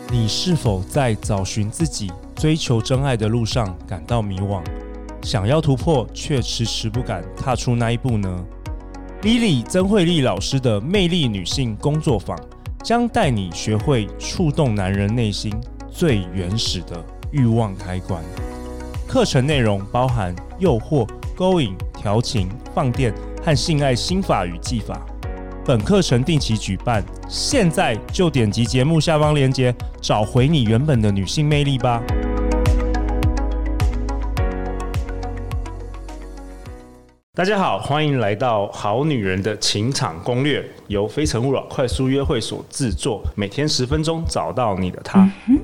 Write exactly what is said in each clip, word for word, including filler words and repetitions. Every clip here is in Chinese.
你是否在找寻自己、追求真爱的路上感到迷惘？想要突破，却迟迟不敢踏出那一步呢？Lily 曾慧丽老师的魅力女性工作坊将带你学会触动男人内心最原始的欲望开关。课程内容包含诱惑、勾引、调情、放电和性爱心法与技法。本课程定期举办，现在就点击节目下方链接，找回你原本的女性魅力吧。大家好，欢迎来到《好女人的情场攻略》，由非诚勿扰快速约会所制作，每天十分钟，找到你的他。嗯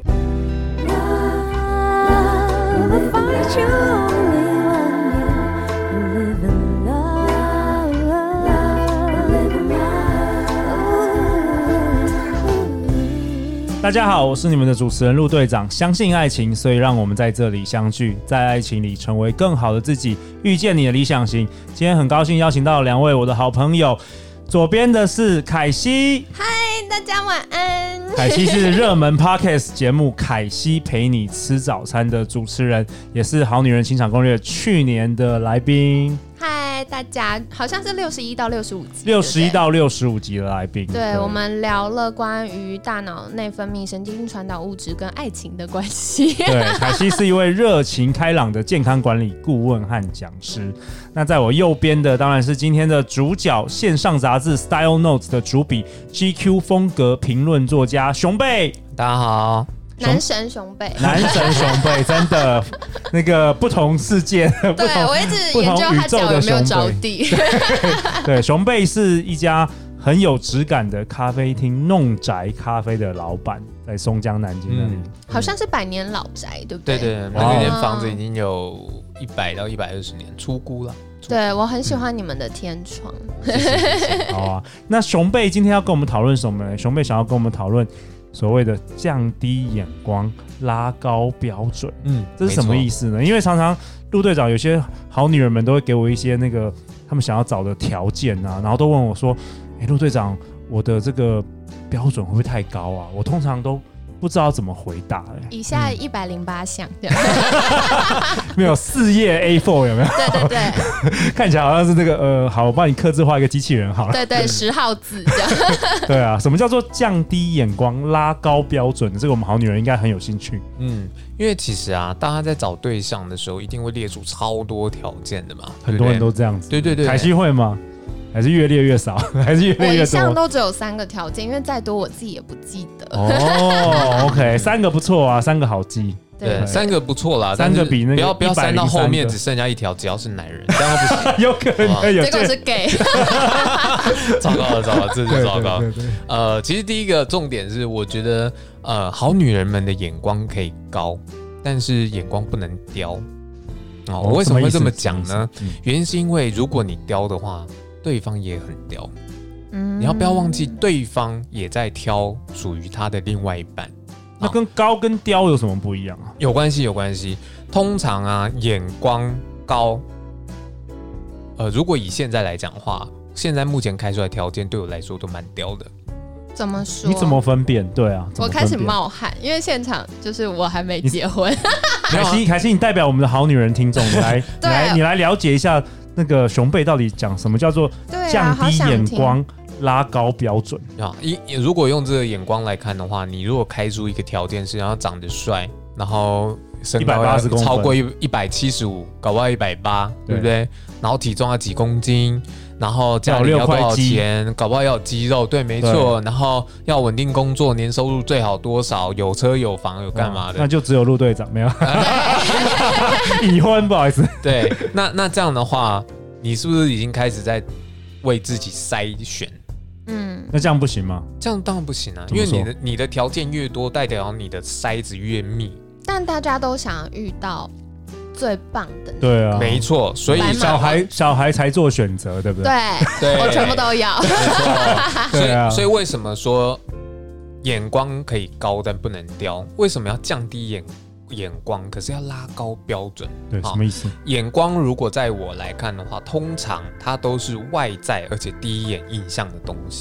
大家好，我是你们的主持人陆队长。相信爱情，所以让我们在这里相聚，在爱情里成为更好的自己，遇见你的理想型。今天很高兴邀请到两位我的好朋友，左边的是凯西。 嗨，大家晚安。 凯西是热门 Podcast 节目《凯西陪你吃早餐》的主持人，也是《好女人情场攻略》去年的来宾。 嗨，大家，好像是六十一到六十五集， 六十一到六十五集的来宾。 对，对，我们聊了关于大脑内分泌、神经传导物质跟爱情的关系。 对，凯西是一位热情开朗的健康管理顾问和讲师。那在我右边的当然是今天的主角，线上杂志 Style Notes 的主笔 G Q 风格评论作家熊贝。 大家好。 男神熊贝， 男神熊贝，真的那个不同世界， 对我一直研究他脚有没有着地。 对，熊贝是一家很有质感的咖啡厅，弄宅咖啡的老板，在松江南京那里、嗯， 好像是百年老宅，对不对？ 对对，那间房子已经有一百到一百二十年，出估了。 对，我很喜欢你们的天窗。 嗯、谢谢谢谢好啊，那熊贝今天要跟我们讨论什么呢？熊贝想要跟我们讨论所谓的降低眼光，拉高标准，嗯，这是什么意思呢？因为常常陆队长有些好女人们都会给我一些那个他们想要找的条件啊，然后都问我说：“哎，陆队长，我的这个标准会不会太高啊？”我通常都不知道怎么回答、欸。 以下一百零八项， 嗯、没有四页 A 四 有没有？ 对对对， 看起来好像是那个呃，好，我帮你客制化一个机器人好了。 对对，十号字这样。 对啊，什么叫做降低眼光、拉高标准？这个我们好女人应该很有兴趣。 嗯，因为其实啊，大家在找对象的时候，一定会列出超多条件的嘛， 很多人都这样子。 对对对， 凯西会吗？还是越列越少，还是越列越多？ 我一向都只有三个条件，因为再多我自己也不记得。 哦 ，OK， 三个不错啊，三个好记。 对，对三个不错啦， 三个比那个不要不要删到后面只剩下一条，只要是男人，这样不行。 有可能有， 结果是 gay。 糟糕了，糟糕了，真是糟糕。 对对对对呃，其实第一个重点是，我觉得呃，好女人们的眼光可以高，但是眼光不能刁。哦，我为什么会这么讲呢？嗯、原因是因为如果你刁的话，对方也很刁，嗯，你要不要忘记，对方也在挑属于他的另外一半。 那跟高跟刁有什么不一样啊？ 有关系，有关系。通常啊，眼光高，呃，如果以现在来讲的话，现在目前开出来的条件对我来说都蛮刁的。 怎么说？ 你怎么分辨？对啊， 我开始冒汗，因为现场就是我还没结婚。 凯西，凯西，你代表我们的好女人听众，你来，你来，你来了解一下。那个熊贝到底讲什么叫做降低眼光、啊、拉高标准啊？如果用这个眼光来看的话，你如果开出一个条件是要长得帅，然后身高要超过一百七十五，搞不好一百八，对不对？然后体重要几公斤，然后家里要多少钱，搞不好要有肌肉，对，没错。然后要稳定工作，年收入最好多少，有车有房，有干嘛的？ 那就只有陆队长没有，已婚，不好意思。 对，那那这样的话，你是不是已经开始在为自己筛选？ 嗯， 那这样不行吗？ 这样当然不行啊，因为你的你的条件越多，代表你的筛子越密。 但大家都想遇到最棒的， 对啊， 没错，所以小孩小孩才做选择，对不对？ 对，我全部都要。 没错，所以、啊、所以为什么说眼光可以高但不能刁？为什么要降低眼眼光，可是要拉高标准？ 对，什么意思？ 眼光如果在我来看的话，通常它都是外在而且第一眼印象的东西。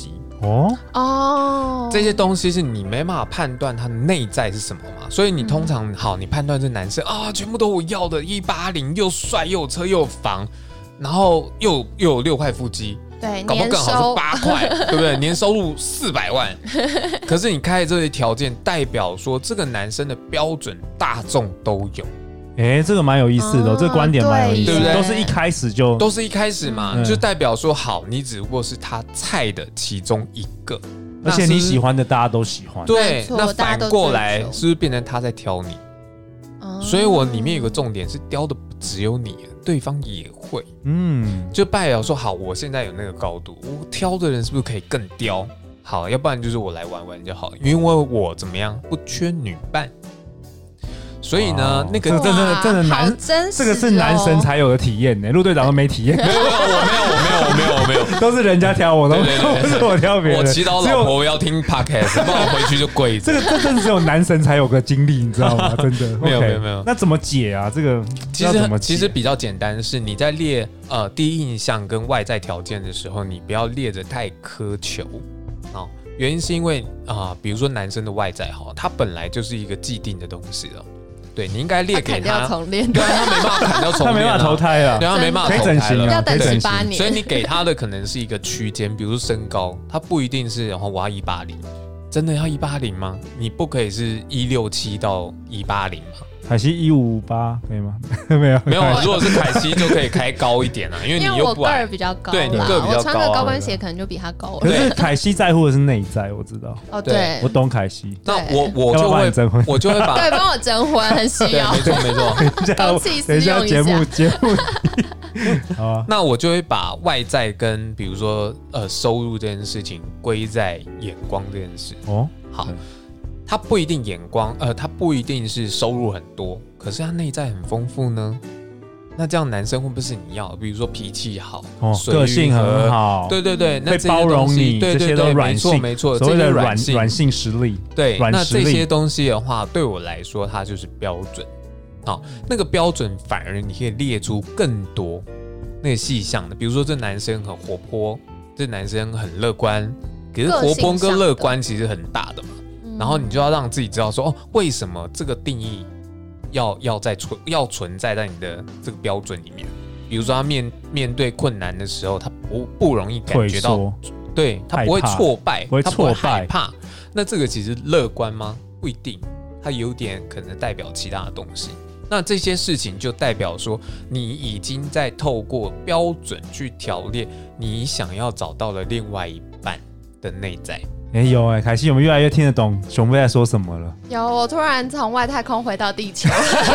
哦哦， 这些东西是你没办法判断它的内在是什么嘛，所以你通常、嗯、好，你判断这男生啊，全部都我要的，一八零又帅又有车又有房，然后又又有六块腹肌， 对， 搞不好更好是八块，对不对？年收入四百万，可是你开的这些条件，代表说这个男生的标准大众都有。 哎、欸，这个蛮有意思的、哦，哦、这个观点蛮有意思的， 对不对？ 都是一开始就都是一开始嘛， 嗯、 就代表说好，你只不过是他菜的其中一个， 而且你喜欢的大家都喜欢。 对，那反过来是不是变成他在挑你？哦、所以我里面有个重点是雕的不只有你，对方也会，嗯，就代表说好，我现在有那个高度，我挑的人是不是可以更雕？好，要不然就是我来玩玩就好，因为我怎么样不缺女伴。所以呢，那个真的真的男，这个是男神才有的体验呢。陆队长都没体验， 没有，我没有，我没有，我没有，我没有， 都是人家挑我，都不是我挑别人。 我祈祷老婆要听 podcast， 不然我回去就跪着。 这个这真的只有男神才有个经历，你知道吗？真的没有没有没有。 那怎么解啊？这个其实其实比较简单，是你在列呃第一印象跟外在条件的时候，你不要列着太苛求啊。原因是因为啊、呃，比如说男生的外在哈，他本来就是一个既定的东西了。对，你应该列给他， 他砍掉重练， 对，他没办法砍掉重练、啊， 他没办法投胎啊， 对，他没办法投胎了， 要等十八年。 所以你给他的可能是一个区间，比如说身高，他不一定是，然后我要一八零，真的要一八零吗？你不可以是一六七到一八零吗？ 凯西一五五八可以吗？没有没有，如果是凯西就可以开高一点啊，因为你又不矮， 因为我个儿比较高， 对你个儿比较高、啊， 我穿个高跟鞋可能就比他高了。 可是凯西在乎的是内在，我知道。 哦，对， 我懂凯西。 那我我就会征婚， 我就会把对帮我征婚，很需要。 没错没错。 公器私用一下。等一下节目节目。 好啊。那我就会把外在跟比如说呃收入这件事情归在眼光这件事。哦，好。他不一定眼光，呃，他不一定是收入很多，可是他内在很丰富呢。那这样男生会不会是你要？比如说脾气好， 哦、个性很好， 对对对，那会包容你， 对对对，没错没错， 所谓的软软性实力， 对，那这些东西的话，对我来说，它就是标准。好，那个标准反而你可以列出更多那个细项的，比如说这男生很活泼，这男生很乐观，可是活泼跟乐观其实很大的嘛。然后你就要让自己知道说哦，为什么这个定义要要在存要存在在你的这个标准里面？比如说他面面对困难的时候，他不不容易感觉到，对他不会挫败， 不会挫败， 害怕。那这个其实乐观吗？不一定，它有点可能代表其他的东西。那这些事情就代表说，你已经在透过标准去条列你想要找到的另外一半的内在。 哎、欸、有哎、欸，凯西，我们越来越听得懂熊妹在说什么了。 有，我突然从外太空回到地球，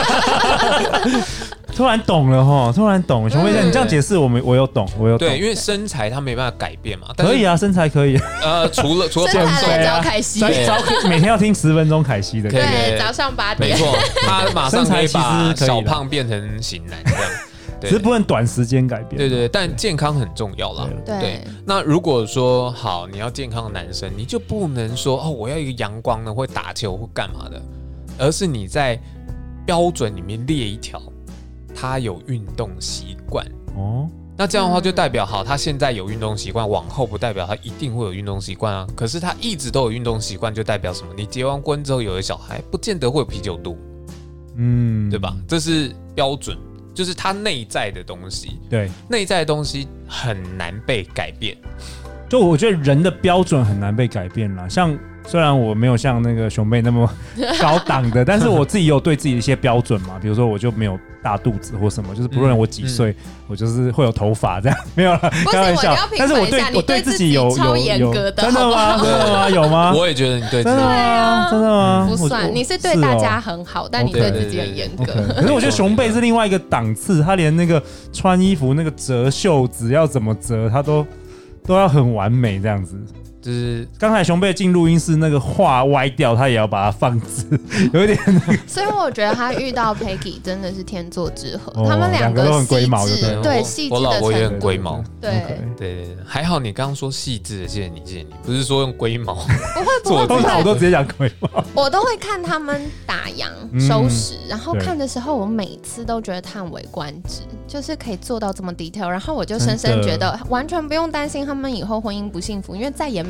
突然懂了哈，突然懂了。熊妹，你这样解释，我们我有懂，我有懂。 对，因为身材它没办法改变嘛。 可以啊，身材可以。 呃，除了除了身材来找凯西， 每天要听十分钟凯西的。 对，对早上八点。 没错，他马上可以把小胖变成型男这样。 只是不能短时间改变。 对 对, 对，但健康很重要啦。 对, 对，那如果说好，你要健康的男生，你就不能说哦，我要一个阳光的，会打球或干嘛的，而是你在标准里面列一条，他有运动习惯哦。那这样的话就代表好，他现在有运动习惯，往后不代表他一定会有运动习惯啊。可是他一直都有运动习惯，就代表什么？你结完婚之后有了小孩，不见得会有啤酒肚，嗯，对吧？这是标准。就是他内在的东西， 对， 内在的东西很难被改变。 就我觉得人的标准很难被改变啦。像虽然我没有像那个熊妹那么高档的，但是我自己有对自己的一些标准嘛。比如说我就没有大肚子或什么，就是不论我几岁、嗯嗯，我就是会有头发这样，没有啦，开玩笑。但是我对我对自己有有有真的吗？真的吗？有吗？ 我也觉得你对自己真的吗？真的吗？ 不算，你是对大家很好，但你对自己很严格。 可是我觉得熊贝是另外一个档次，他连那个穿衣服那个折袖子要怎么折，他都都要很完美这样子。 就是刚才熊贝进录音室那个画歪掉，他也要把它放直，有一点、那個。 所以我觉得他遇到 Peggy 真的是天作之合， 哦、 他们两个都很龟毛， 对对，细致的程度。 我老婆也很龟毛， 对对对对，还好你刚刚说细致的，谢谢你谢谢你，不是说用龟毛。 不会不会， 通常我都直接讲龟毛。 我都会看他们打烊、嗯、收拾，然后看的时候，我每次都觉得叹为观止，就是可以做到这么 detail， 然后我就深深觉得完全不用担心他们以后婚姻不幸福，因为再也没有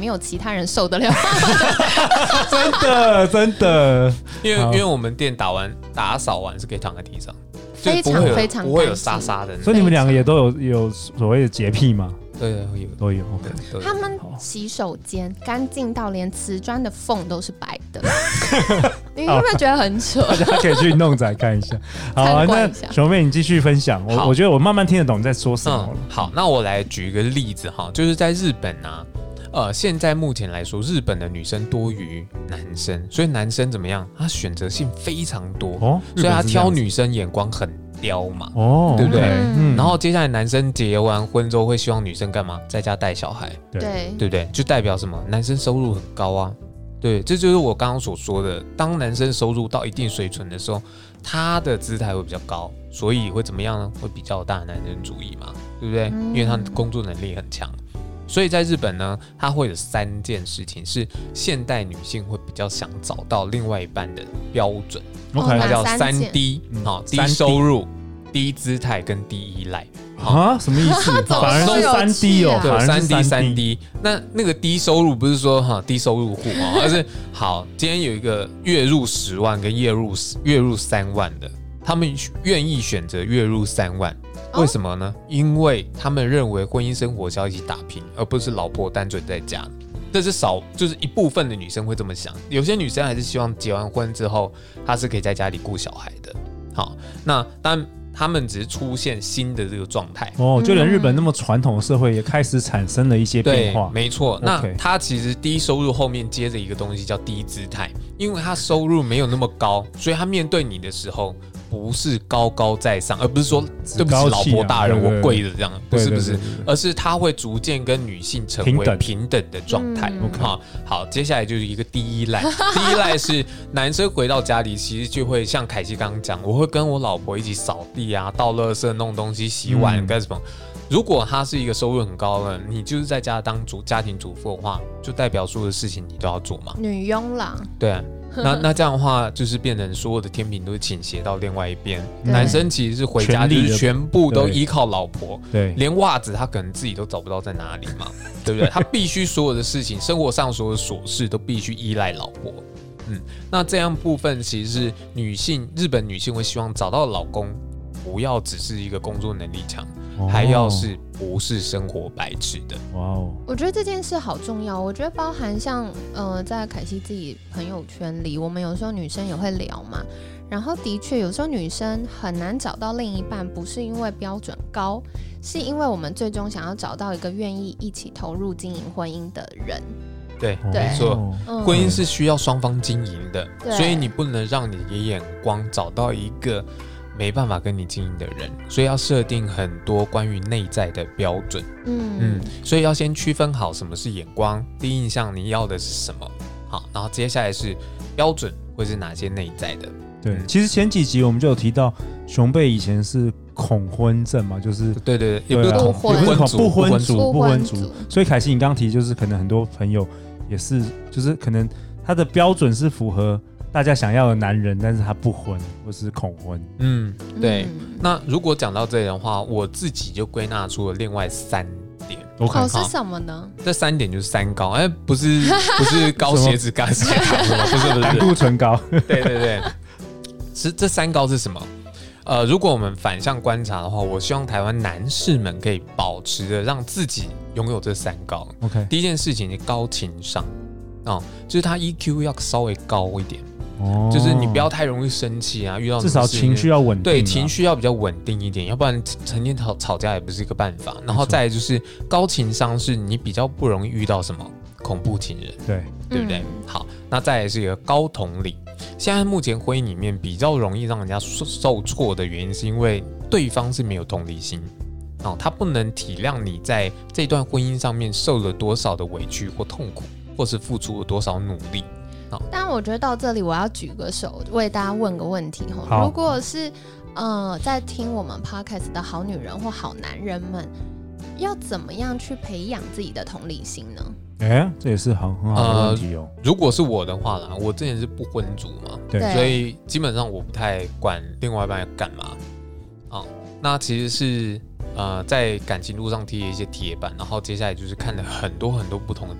有其他人受得了。 真的真的， 因为因为我们店打完打扫完是可以躺在地上， 非常非常不会有沙沙的。 所以你们两个也都有有所谓的洁癖吗？ 对，有都有。 对， 他们洗手间干净到连瓷砖的缝都是白的，你有没有觉得很扯？ 大家可以去弄仔看一下。好啊，那熊妹你继续分享，我我觉得我慢慢听得懂你在说什么了。 嗯、好，那我来举一个例子哈，就是在日本啊，呃，现在目前来说，日本的女生多于男生，所以男生怎么样？他选择性非常多，哦、所以他挑女生眼光很刁嘛，哦，对不对？嗯、然后接下来男生结完婚之后会希望女生干嘛？在家带小孩， 对对不对？就代表什么？男生收入很高啊，对，这就是我刚刚所说的，当男生收入到一定水准的时候，他的姿态会比较高，所以会怎么样呢？会比较大男人主义嘛，对不对？嗯、因为他工作能力很强。所以在日本呢，它会有三件事情是现代女性会比较想找到另外一半的标准， okay, 它叫三 D， 好、嗯，低收入、低姿态跟低依赖。 啊，什么意思？反而是三 D 哦， 对，三 D 三 D。那那个低收入不是说哈低收入户哦，而是好，今天有一个月入十万跟月入月入三万的，他们愿意选择月入三万。为什么呢？因为他们认为婚姻生活是要一起打拼，而不是老婆单纯在家。这是少，就是一部分的女生会这么想。有些女生还是希望结完婚之后，她是可以在家里顾小孩的。好，那当然他们只是出现新的这个状态。 哦，就连日本那么传统的社会也开始产生了一些变化。 对，没错。那他其实低收入后面接着一个东西叫低姿态，因为他收入没有那么高，所以他面对你的时候。不是高高在上，而不是说对不起老婆大人，我跪着这样，不是不是，而是他会逐渐跟女性成为平等的状态。好，好，接下来就是一个低依赖，低依赖是男生回到家里，其实就会像凯西刚刚讲，我会跟我老婆一起扫地啊、倒垃圾、弄东西、洗碗干什么。如果他是一个收入很高的，你就是在家当主家庭主妇的话，就代表所有的事情你都要做嘛， 女佣啦， 对、啊。那那这样的话，就是变成所有的天平都是倾斜到另外一边。男生其实是回家就是全部都依靠老婆，对，连袜子他可能自己都找不到在哪里嘛，对不对？他必须所有的事情，生活上所有的琐事都必须依赖老婆。嗯，那这样部分其实是女性，日本女性会希望找到的老公，不要只是一个工作能力强。还要是不是生活白痴的？哇哦！我觉得这件事好重要。我觉得包含像呃，在凯西自己朋友圈里，我们有时候女生也会聊嘛。然后的确，有时候女生很难找到另一半，不是因为标准高，是因为我们最终想要找到一个愿意一起投入经营婚姻的人。 对，没错，嗯、婚姻是需要双方经营的，所以你不能让你的眼光找到一个。没办法跟你经营的人，所以要设定很多关于内在的标准。嗯嗯，所以要先区分好什么是眼光，第一印象你要的是什么。好，然后接下来是标准会是哪些内在的。 对，嗯、其实前几集我们就有提到，熊贝以前是恐婚症嘛，就是对对对，也不是恐婚， 也不是恐不婚族，不婚族。所以凯西，你刚刚提就是可能很多朋友也是，就是可能他的标准是符合。大家想要的男人，但是他不婚或是恐婚。 嗯，对。嗯、那如果讲到这里的话，我自己就归纳出了另外三点。 哦，是什么呢？ 这三点就是三高，哎，不是不是高血脂、高血糖，不是不是胆固醇高。 对对对，是这三高是什么？呃，如果我们反向观察的话，我希望台湾男士们可以保持着让自己拥有这三高。 OK， 第一件事情是高情商哦，就是他 E Q 要稍微高一点。哦、就是你不要太容易生气啊，遇到至少情绪要稳定， 对，情绪要比较稳定一点，要不然成天吵吵架也不是一个办法。然后再来就是高情商，是你比较不容易遇到什么恐怖情人， 对对不对？嗯、好，那再来是一个高同理。现在目前婚姻里面比较容易让人家受挫的原因，是因为对方是没有同理心。哦，他不能体谅你在这段婚姻上面受了多少的委屈或痛苦，或是付出了多少努力。 但我觉得到这里，我要举个手，为大家问个问题哈。如果是呃在听我们 podcast 的好女人或好男人们，要怎么样去培养自己的同理心呢？ 哎、欸，这也是很很好的问题哦、 呃。如果是我的话啦，我之前是不婚族嘛，对，所以基本上我不太管另外一半要干嘛啊、哦。那其实是呃在感情路上贴一些铁板，然后接下来就是看了很多很多不同的电影。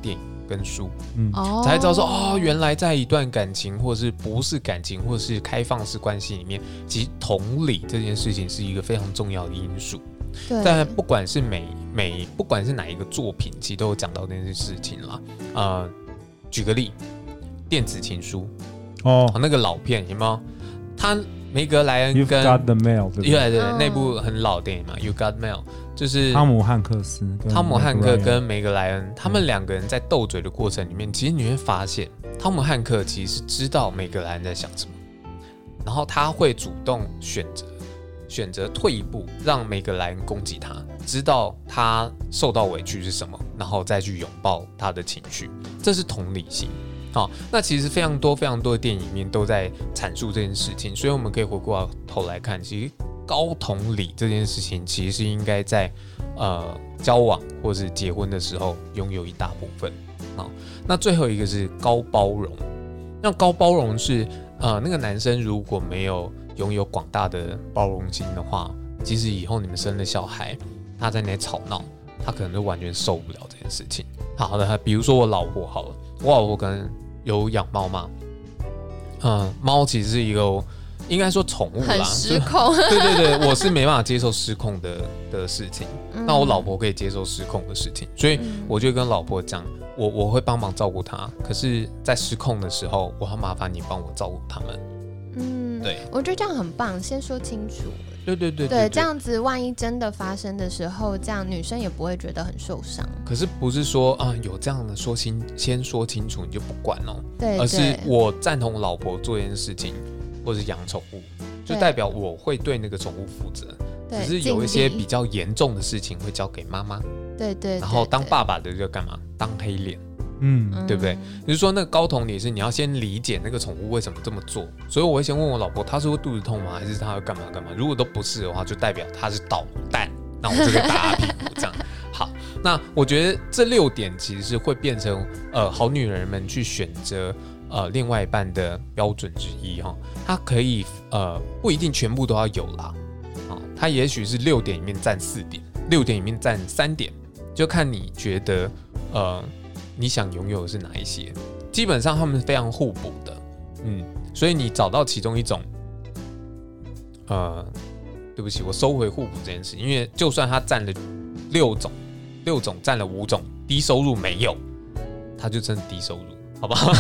跟输，嗯，才知道说哦，原来在一段感情或是不是感情或是开放式关系里面，其实同理这件事情是一个非常重要的因素。但不管是每每不管是哪一个作品，其实都有讲到这件事情啦。呃，举个例，电子情书哦，那个老片有没有？他梅格莱恩跟 You've Got the Mail 对不对？ 对对对，那部很老的电影嘛 ，You Got Mail 就是汤姆汉克斯， 汤姆汉克跟梅格莱恩他们两个人在斗嘴的过程里面，其实你会发现，汤姆汉克其实是知道梅格莱恩在想什么，然后他会主动选择。选择退一步，让梅格莱恩攻击他，知道他受到委屈是什么，然后再去拥抱他的情绪，这是同理心。好，那其实非常多非常多的电影里面都在阐述这件事情，所以我们可以回过头来看，其实高同理这件事情，其实是应该在呃交往或是结婚的时候拥有一大部分。好，那最后一个是高包容，那高包容是呃那个男生如果没有拥有广大的包容心的话，即使以后你们生了小孩，他在那里吵闹，他可能就完全受不了这件事情。好的，比如说我老婆好了，我老婆可能有养猫嘛，嗯，猫其实是一个应该说宠物啦， 很失控。 对对对，我是没办法接受失控的的事情，嗯、那我老婆可以接受失控的事情，所以我就跟老婆讲，我我会帮忙照顾她，可是，在失控的时候，我要麻烦你帮我照顾他们。 嗯，对，我觉得这样很棒，先说清楚。 对对 对, 对, 对, 对，这样子万一真的发生的时候，这样女生也不会觉得很受伤。 可是不是说啊，有这样的说清，先说清楚你就不管哦， 对， 而是我赞同老婆做这件事情，或是养宠物，就代表我会对那个宠物负责。只是有一些比较严重的事情会交给妈妈。 对 对, 对， 然后当爸爸的就干嘛？当黑脸。 嗯， 对不对？就是说，那个高同理是你要先理解那个宠物为什么这么做，所以我会先问我老婆，她是会肚子痛吗？还是她要干嘛干嘛？如果都不是的话，就代表她是捣蛋，那我就可以打她屁股这样。好，那我觉得这六点其实是会变成呃好女人们去选择呃另外一半的标准之一哈。她可以呃不一定全部都要有啦，啊，她也许是六点里面占四点，六点里面占三点，就看你觉得呃。你想拥有的是哪一些？基本上他们非常互补的，嗯，所以你找到其中一种，呃，对不起，我收回互补这件事，因为就算他占了六种，六种占了五种，低收入没有，他就真的低收入，好不好？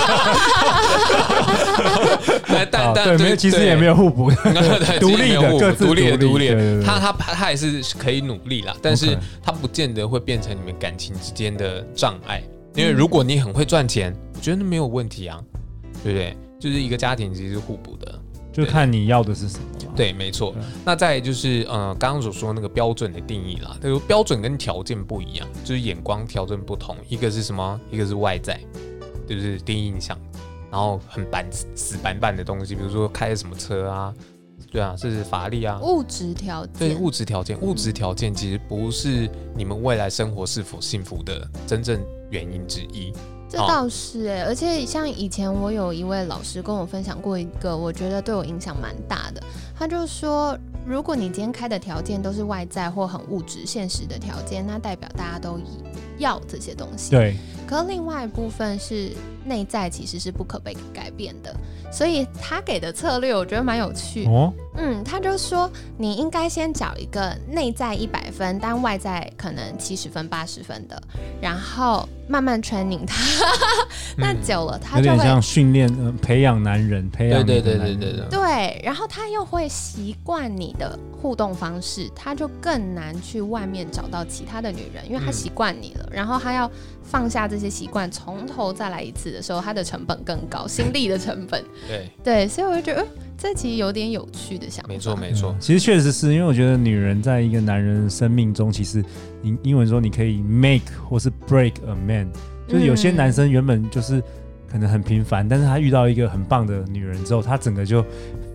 但但对，其实也没有互补，独立的，各自独立的，独立的， 他他他也是可以努力啦，但是他不见得会变成你们感情之间的障碍，因为如果你很会赚钱，我觉得没有问题啊，对不对？就是一个家庭其实是互补的， 就看你要的是什么嘛。 对，没错。那再来就是呃，刚刚所说那个标准的定义啦，就是标准跟条件不一样，就是眼光条件不同，一个是什么？一个是外在，就是第一印象。然后很板死板板的东西，比如说开什么车啊，对啊，是法力啊， 物质条件。 对，物质条件，物质条件其实不是你们未来生活是否幸福的真正原因之一。 这倒是哎、欸，而且像以前我有一位老师跟我分享过一个，我觉得对我影响蛮大的。他就说，如果你今天开的条件都是外在或很物质现实的条件，那代表大家都要这些东西。 对。 可是另外一部分是内在，其实是不可被改变的。所以他给的策略，我觉得蛮有趣。哦。嗯，他就说你应该先找一个内在一百分，但外在可能七十分、八十分的，然后慢慢 training 他。那久了，他就会有点像训练、呃、培养男人，培养对对对对对对对。然后他又会习惯你的互动方式，他就更难去外面找到其他的女人，因为他习惯你了。嗯、然后他要放下这些习惯，从头再来一次的时候，他的成本更高，心力的成本。 对对，所以我就觉得。呃这其实有点有趣的想法， 没错没错、 嗯。其实确实是因为我觉得女人在一个男人生命中，其实英文说你可以 make 或是 break a man， 就是有些男生原本就是可能很平凡，但是他遇到一个很棒的女人之后，他整个就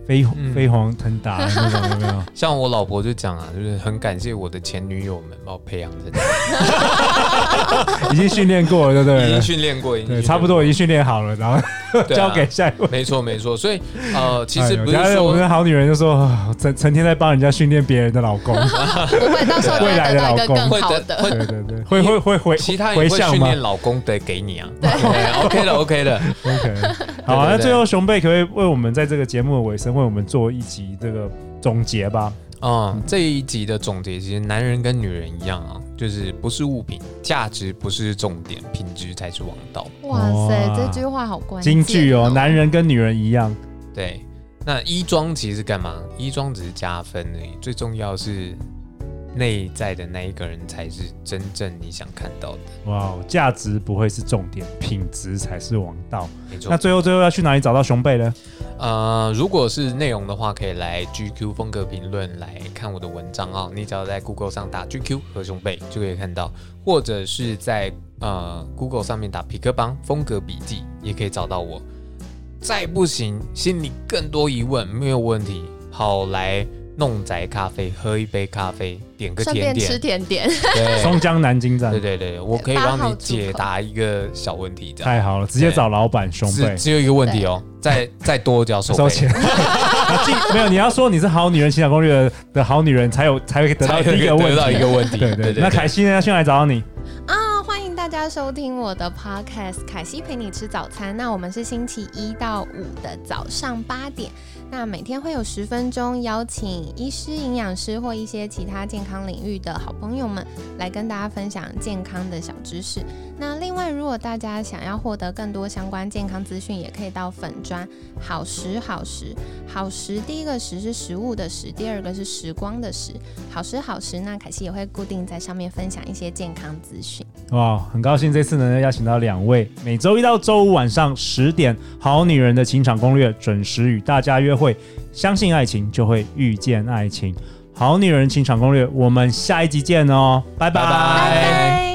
飞飞黄腾达的那种，有没有？ 像我老婆就讲啊，就是很感谢我的前女友们把我培养成， 已经训练过了，对不对？ 已经训练过， 对，差不多已经训练好了，然后交给下一位。 没错没错，所以呃，其实不是说我们的好女人就说成成天在帮人家训练别人的老公， 不会到时候未来的老公更好的， 对对对，会会会回其他也会训练老公的给你啊， 对 ，OK 的 OK 的 OK。好，那最后熊贝可不可以为我们在这个节目的尾声为我们做一集这个总结吧？ 嗯，这一集的总结其实男人跟女人一样啊，就是不是物品，价值不是重点，品质才是王道。 哇塞，这句话好关键、 金句哦，男人跟女人一样。 对，那衣装其实是干嘛？衣装只是加分而已，最重要是内在的那一个人才是真正你想看到的。 哇，价值不会是重点，品质才是王道。 没错。 那最后最后要去哪里找到熊贝呢？ 呃，如果是内容的话，可以来 G Q 风格评论来看我的文章啊、哦。你只要在 Google 上打 G Q 和熊贝就可以看到，或者是在呃 Google 上面打痞客邦风格笔记也可以找到我。再不行，心里更多疑问没有问题，跑来弄宅咖啡喝一杯咖啡，点个甜点， 吃甜点， 对， 松江南京站， 对对对，我可以让你解答一个小问题，这样太好了，直接找老板熊贝。 只有一个问题哦，再再多就要收收钱。没有，你要说你是好女人情场攻略的好女人，才有才会得到第一个问题， 得到一个问题。 对 对, 对, 对。那凯西呢？要去哪里找到你？ 啊，欢迎大家收听我的 podcast 凯西陪你吃早餐。那我们是星期一到五的早上八点，那每天会有十分钟邀请医师、营养师或一些其他健康领域的好朋友们来跟大家分享健康的小知识。那另外，如果大家想要获得更多相关健康资讯，也可以到粉专好食好食好食，第一个食是食物的食，第二个是时光的时，好食好食。那凯西也会固定在上面分享一些健康资讯。 哇，很高兴这次能邀请到两位，每周一到周五晚上十点，好女人的情场攻略准时与大家约会。相信爱情，就会遇见爱情。好女人情场攻略，我们下一集见哦，拜拜。 拜拜。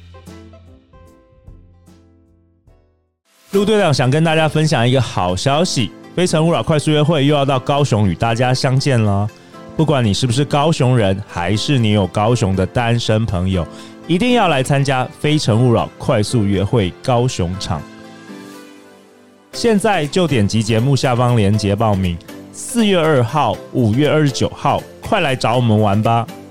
陆队长想跟大家分享一个好消息，非诚勿扰快速约会又要到高雄与大家相见了。不管你是不是高雄人，还是你有高雄的单身朋友，一定要来参加非诚勿扰快速约会高雄场。现在就点击节目下方连结报名，四月二号、五月二十九号，快来找我们玩吧。